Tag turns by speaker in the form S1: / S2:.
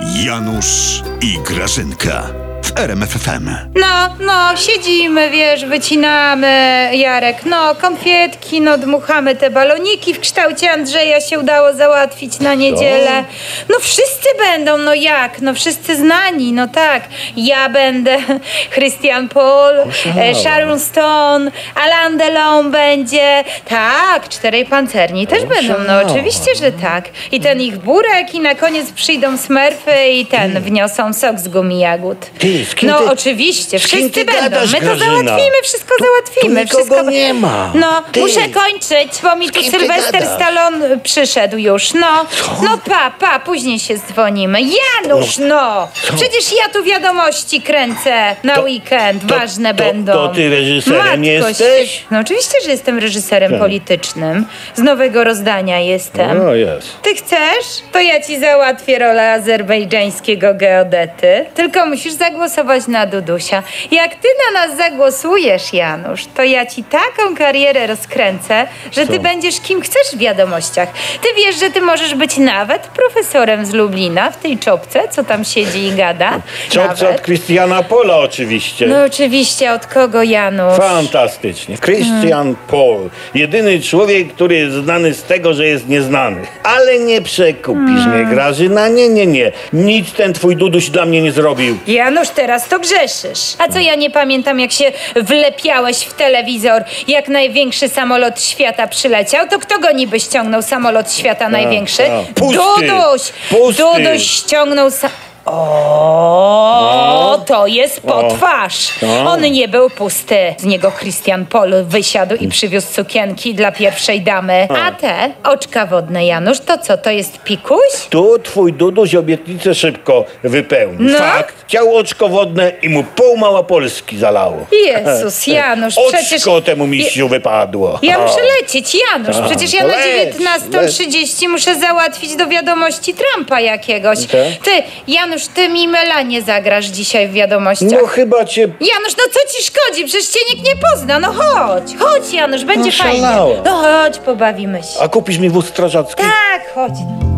S1: Janusz i Grażynka w RMF FM.
S2: No, siedzimy, wiesz, wycinamy, Jarek, konfietki, dmuchamy te baloniki w kształcie Andrzeja się udało załatwić na niedzielę. No wszyscy będą, wszyscy znani, tak. Ja będę, Christian Paul, Sharon Stone, Alain Delon będzie, tak, 4 pancerni też będą, oczywiście, że tak. I ten ich burek i na koniec przyjdą Smurfy i wniosą sok z gumi jagód. Oczywiście, wszyscy będą. My to załatwimy, wszystko załatwimy.
S3: Tu nikogo nie ma.
S2: Muszę kończyć, bo mi tu Sylwester Stallone przyszedł już. Później się dzwonimy. Janusz, przecież ja tu wiadomości kręcę na weekend, ważne będą.
S3: To ty reżyserem
S2: Matko
S3: jesteś?
S2: Oczywiście, że jestem reżyserem politycznym. Z nowego rozdania jestem.
S3: No jest.
S2: Ty chcesz? To ja ci załatwię rolę azerbejdżańskiego geodety. Tylko musisz zagłosować na Dudusia. Jak ty na nas zagłosujesz, Janusz, to ja ci taką karierę rozkręcę, że ty będziesz kim chcesz w wiadomościach. Ty wiesz, że ty możesz być nawet profesorem z Lublina w tej czopce, co tam siedzi i gada.
S3: Czopce od Christiana Paula oczywiście.
S2: No oczywiście, od kogo, Janusz?
S3: Fantastycznie. Christian Paul. Jedyny człowiek, który jest znany z tego, że jest nieznany. Ale nie przekupisz mnie, Grażyna. Nie. Nic ten twój Duduś dla mnie nie zrobił.
S2: Janusz, teraz to grzeszysz. A co, ja nie pamiętam, jak się wlepiałeś w telewizor, jak największy samolot świata przyleciał? To kto go niby ściągnął, samolot świata największy?
S3: Pusty.
S2: Duduś! Duduś ściągnął to jest potwarz. On nie był pusty. Z niego Christian Paul wysiadł i przywiózł sukienki dla pierwszej damy. A te oczka wodne, Janusz, to co, to jest pikuś?
S3: Tu twój Duduś obietnicę szybko wypełnił. Fakt. Chciał oczko wodne i mu pół Małopolski zalało.
S2: Jezus, Janusz, przecież...
S3: Oczko temu mistrzu wypadło.
S2: Ja muszę lecieć, Janusz. Przecież ja na 19:30 muszę załatwić do wiadomości Trumpa jakiegoś. Ty, Janusz, ty mi Melanie zagrasz dzisiaj w wiadomościach.
S3: No chyba cię...
S2: Janusz, co ci szkodzi? Przecież cię nikt nie pozna. Chodź, Janusz, będzie fajnie.
S3: szalała.
S2: Chodź, pobawimy się.
S3: A kupisz mi wóz strażacki?
S2: Tak, chodź.